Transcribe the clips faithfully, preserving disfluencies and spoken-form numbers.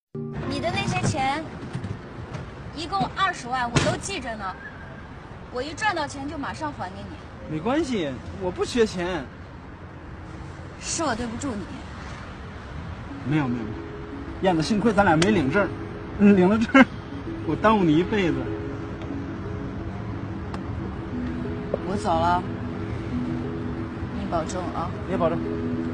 你的那些钱，一共二十万，我都记着呢。我一赚到钱就马上还给你。 没关系，我不缺钱。 是我对不住你。 没有没有，燕子，幸亏咱俩没领证，嗯，领了证，我耽误你一辈子。 我走了，你保重啊。 你也保重。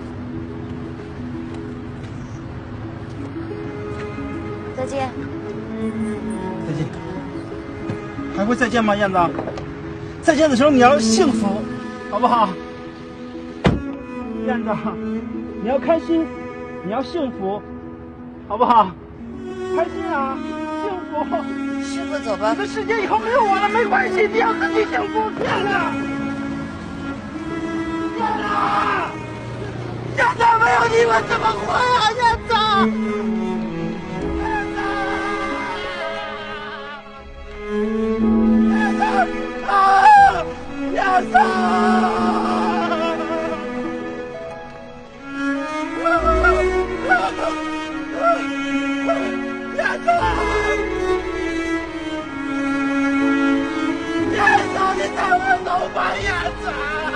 再见。 再见。还会再见吗，燕子？再见的时候你要幸福，好不好？燕子，你要开心，你要幸福，好不好？开心啊，幸福。 师傅，走吧。 你的世界以后没有我了，没关系，你要自己幸福。燕子，燕子，燕子，没有你我怎么活呀，燕子？燕子，燕子，燕子，你带我走吧，燕子。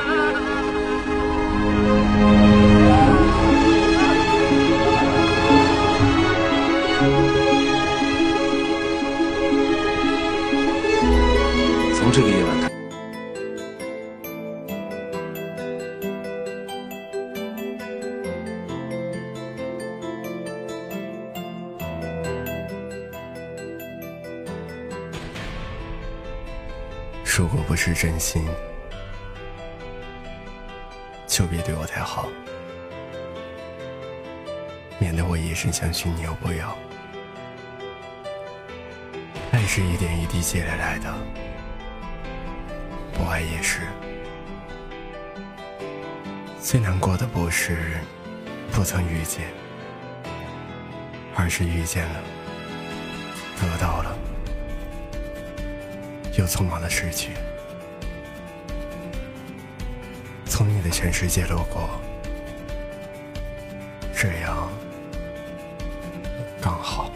从这个夜晚开始，如果不是真心，就别对我太好，免得我一身相许你又不要。爱是一点一滴积累来的，不爱也是。最难过的不是不曾遇见，而是遇见了，得到了，又匆忙的失去。从你的全世界路过，这样刚好。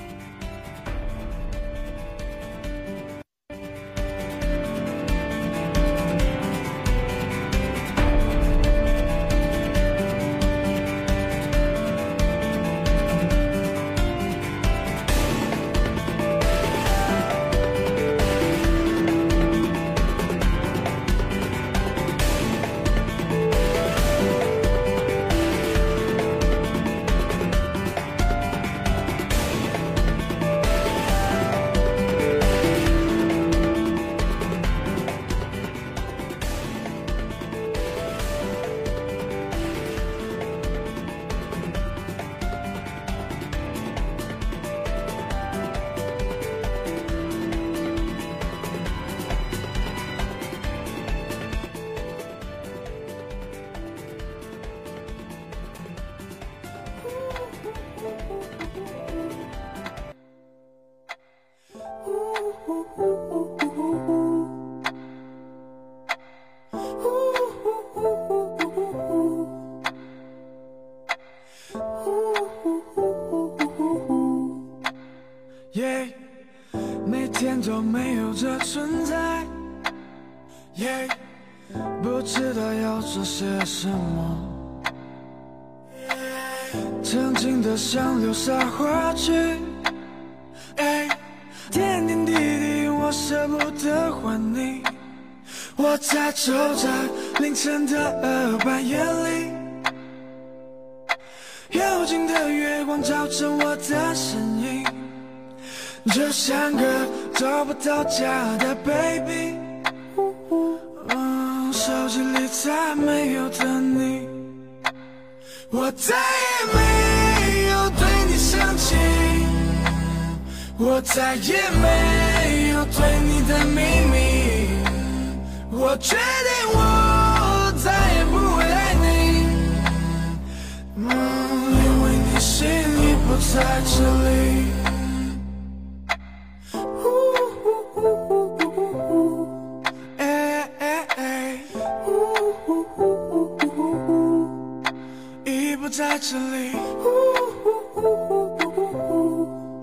Yeah, 每天都没有这存在 Yeah, 不知道要做些什么，曾经的像流沙花去 hey, 点点滴滴我舍不得还你，我在走在凌晨的半夜里，幽静的月光照着我的身影，就像个找不到家的 baby， 嗯，手机里再没有的你，我再也没有对你生气，我再也没有对你的秘密，我决定我再也不会爱你，嗯，因为你心已不在这里。在这里，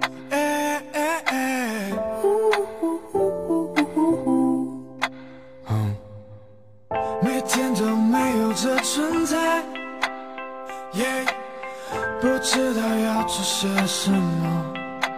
要做些什么，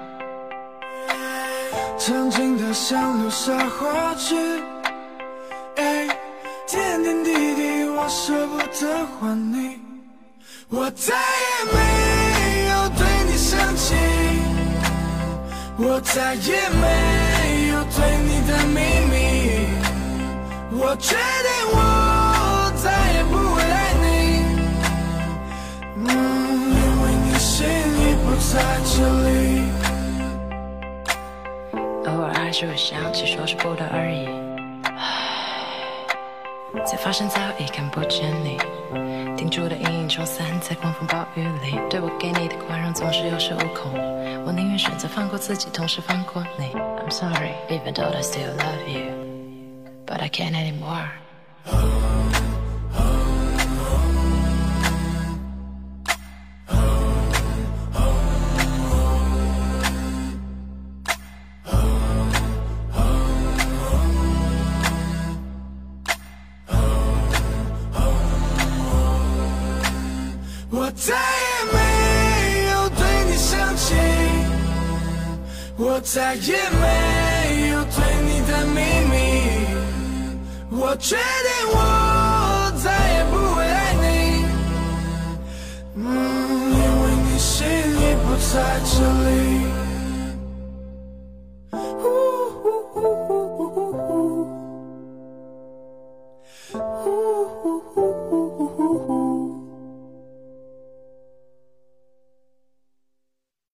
曾经的像流沙滑去，哎，点点滴滴我舍不得还你，我再也没有对你生气，我再也没有对你的秘密，我决定我再也不会爱你，嗯，因为你心已不在这里。 偶尔还是会想起，说是不得而已，才发现早已看不见你，定住的阴影冲散在狂风暴雨里，对我给你的宽容总是有恃无恐，我宁愿选择放过自己，同时放过你。I'm sorry, even though I still love you, but I can't anymore. 我再也没有对你生气，我再也没有对你的秘密，我决定我再也不会爱你，嗯，因为你心已不在这里。